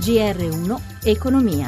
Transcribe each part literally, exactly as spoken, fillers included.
G R uno Economia.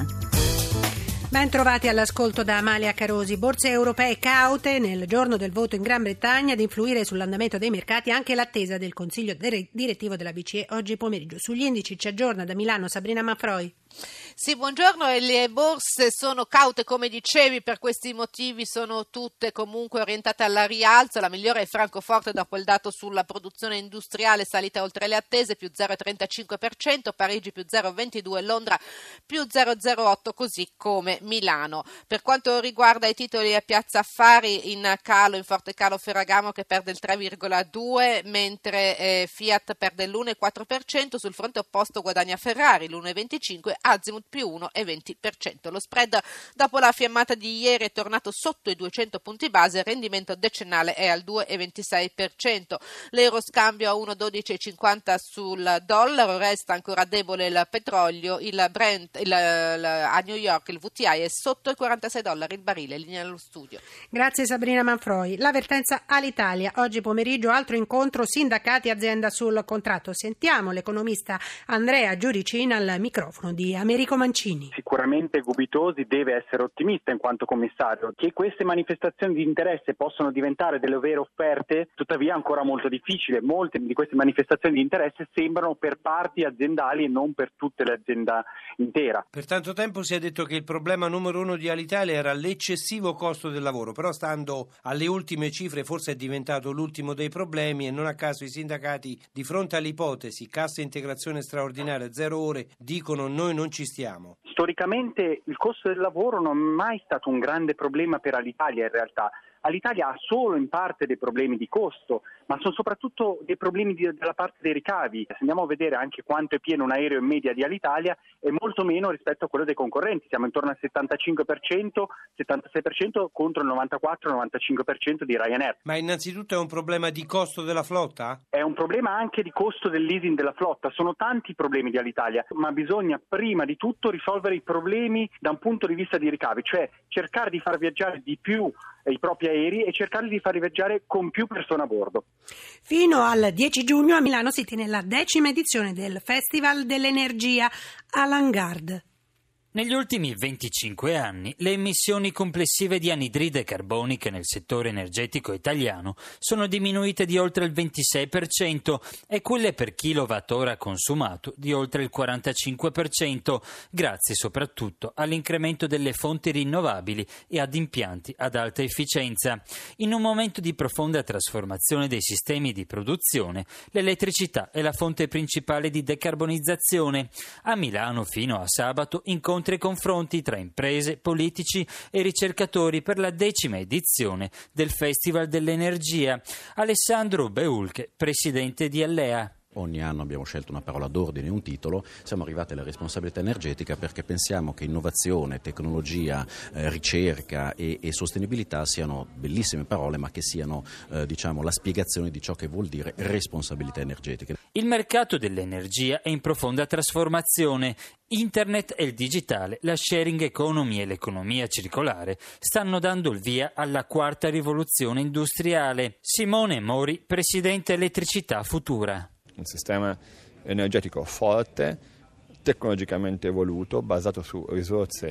Ben trovati all'ascolto da Amalia Carosi. Borse europee caute nel giorno del voto in Gran Bretagna, ad influire sull'andamento dei mercati anche l'attesa del Consiglio direttivo della B C E oggi pomeriggio. Sugli indici ci aggiorna da Milano Sabrina Manfroi. Sì, buongiorno. E le borse sono caute, come dicevi, per questi motivi sono tutte comunque orientate al rialzo. La migliore è Francoforte dopo il dato sulla produzione industriale, salita oltre le attese, più zero virgola trentacinque per cento, Parigi più zero virgola ventidue, Londra più zero virgola zero otto, così come Milano. Per quanto riguarda i titoli a Piazza Affari, in calo, in forte calo Ferragamo che perde il tre virgola due, mentre eh, Fiat perde l'uno virgola quattro per cento, sul fronte opposto guadagna Ferrari l'uno virgola venticinque, Azimut più uno virgola venti per cento. Lo spread dopo la fiammata di ieri è tornato sotto i duecento punti base, il rendimento decennale è al due virgola ventisei per cento. L'euro scambio a uno virgola dodici cinquanta sul dollaro, resta ancora debole il petrolio, il Brent il, il, a New York il V T I è sotto i quarantasei dollari il barile. Linea allo studio. Grazie Sabrina Manfroi. L'avvertenza all'Italia. Oggi pomeriggio altro incontro sindacati azienda sul contratto. Sentiamo l'economista Andrea Giuricina al microfono di Americo Mancini. Sicuramente Gubitosi deve essere ottimista in quanto commissario. Che queste manifestazioni di interesse possano diventare delle vere offerte, tuttavia è ancora molto difficile. Molte di queste manifestazioni di interesse sembrano per parti aziendali e non per tutte le aziende intera. Per tanto tempo si è detto che il problema numero uno di Alitalia era l'eccessivo costo del lavoro, però stando alle ultime cifre forse è diventato l'ultimo dei problemi e non a caso i sindacati, di fronte all'ipotesi cassa integrazione straordinaria zero ore, dicono noi non ci stiamo. Storicamente il costo del lavoro non è mai stato un grande problema per Alitalia in realtà. Alitalia ha solo in parte dei problemi di costo, ma sono soprattutto dei problemi di, della parte dei ricavi. Se andiamo a vedere anche quanto è pieno un aereo in media di Alitalia, è molto meno rispetto a quello dei concorrenti. Siamo intorno al settantacinque per cento, settantasei per cento contro il novantaquattro novantacinque per cento di Ryanair. Ma innanzitutto è un problema di costo della flotta? È un problema anche di costo del leasing della flotta. Sono tanti i problemi di Alitalia, ma bisogna prima di tutto risolvere i problemi da un punto di vista di ricavi, cioè cercare di far viaggiare di più i propri aerei e cercare di farli viaggiare con più persone a bordo. Fino al dieci giugno a Milano si tiene la decima edizione del Festival dell'Energia all'Hangar. Negli ultimi venticinque anni le emissioni complessive di anidride carbonica nel settore energetico italiano sono diminuite di oltre il ventisei per cento e quelle per kilowattora consumato di oltre il quarantacinque per cento, grazie soprattutto all'incremento delle fonti rinnovabili e ad impianti ad alta efficienza. In un momento di profonda trasformazione dei sistemi di produzione, l'elettricità è la fonte principale di decarbonizzazione. A Milano fino a sabato incontri e confronti tra imprese, politici e ricercatori per la decima edizione del Festival dell'Energia. Alessandro Beulche, presidente di Allea. Ogni anno abbiamo scelto una parola d'ordine e un titolo, siamo arrivati alla responsabilità energetica perché pensiamo che innovazione, tecnologia, eh, ricerca e, e sostenibilità siano bellissime parole, ma che siano eh, diciamo, la spiegazione di ciò che vuol dire responsabilità energetica. Il mercato dell'energia è in profonda trasformazione. Internet e il digitale, la sharing economy e l'economia circolare stanno dando il via alla quarta rivoluzione industriale. Simone Mori, presidente Elettricità Futura. Un sistema energetico forte, tecnologicamente evoluto, basato su risorse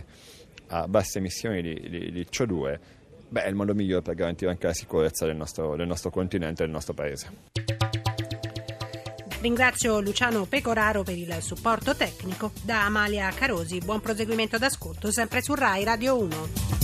a basse emissioni di, di, di C O due, beh, è il modo migliore per garantire anche la sicurezza del nostro, del nostro continente e del nostro paese. Ringrazio Luciano Pecoraro per il supporto tecnico. Da Amalia Carosi, buon proseguimento d'ascolto sempre su Rai Radio uno.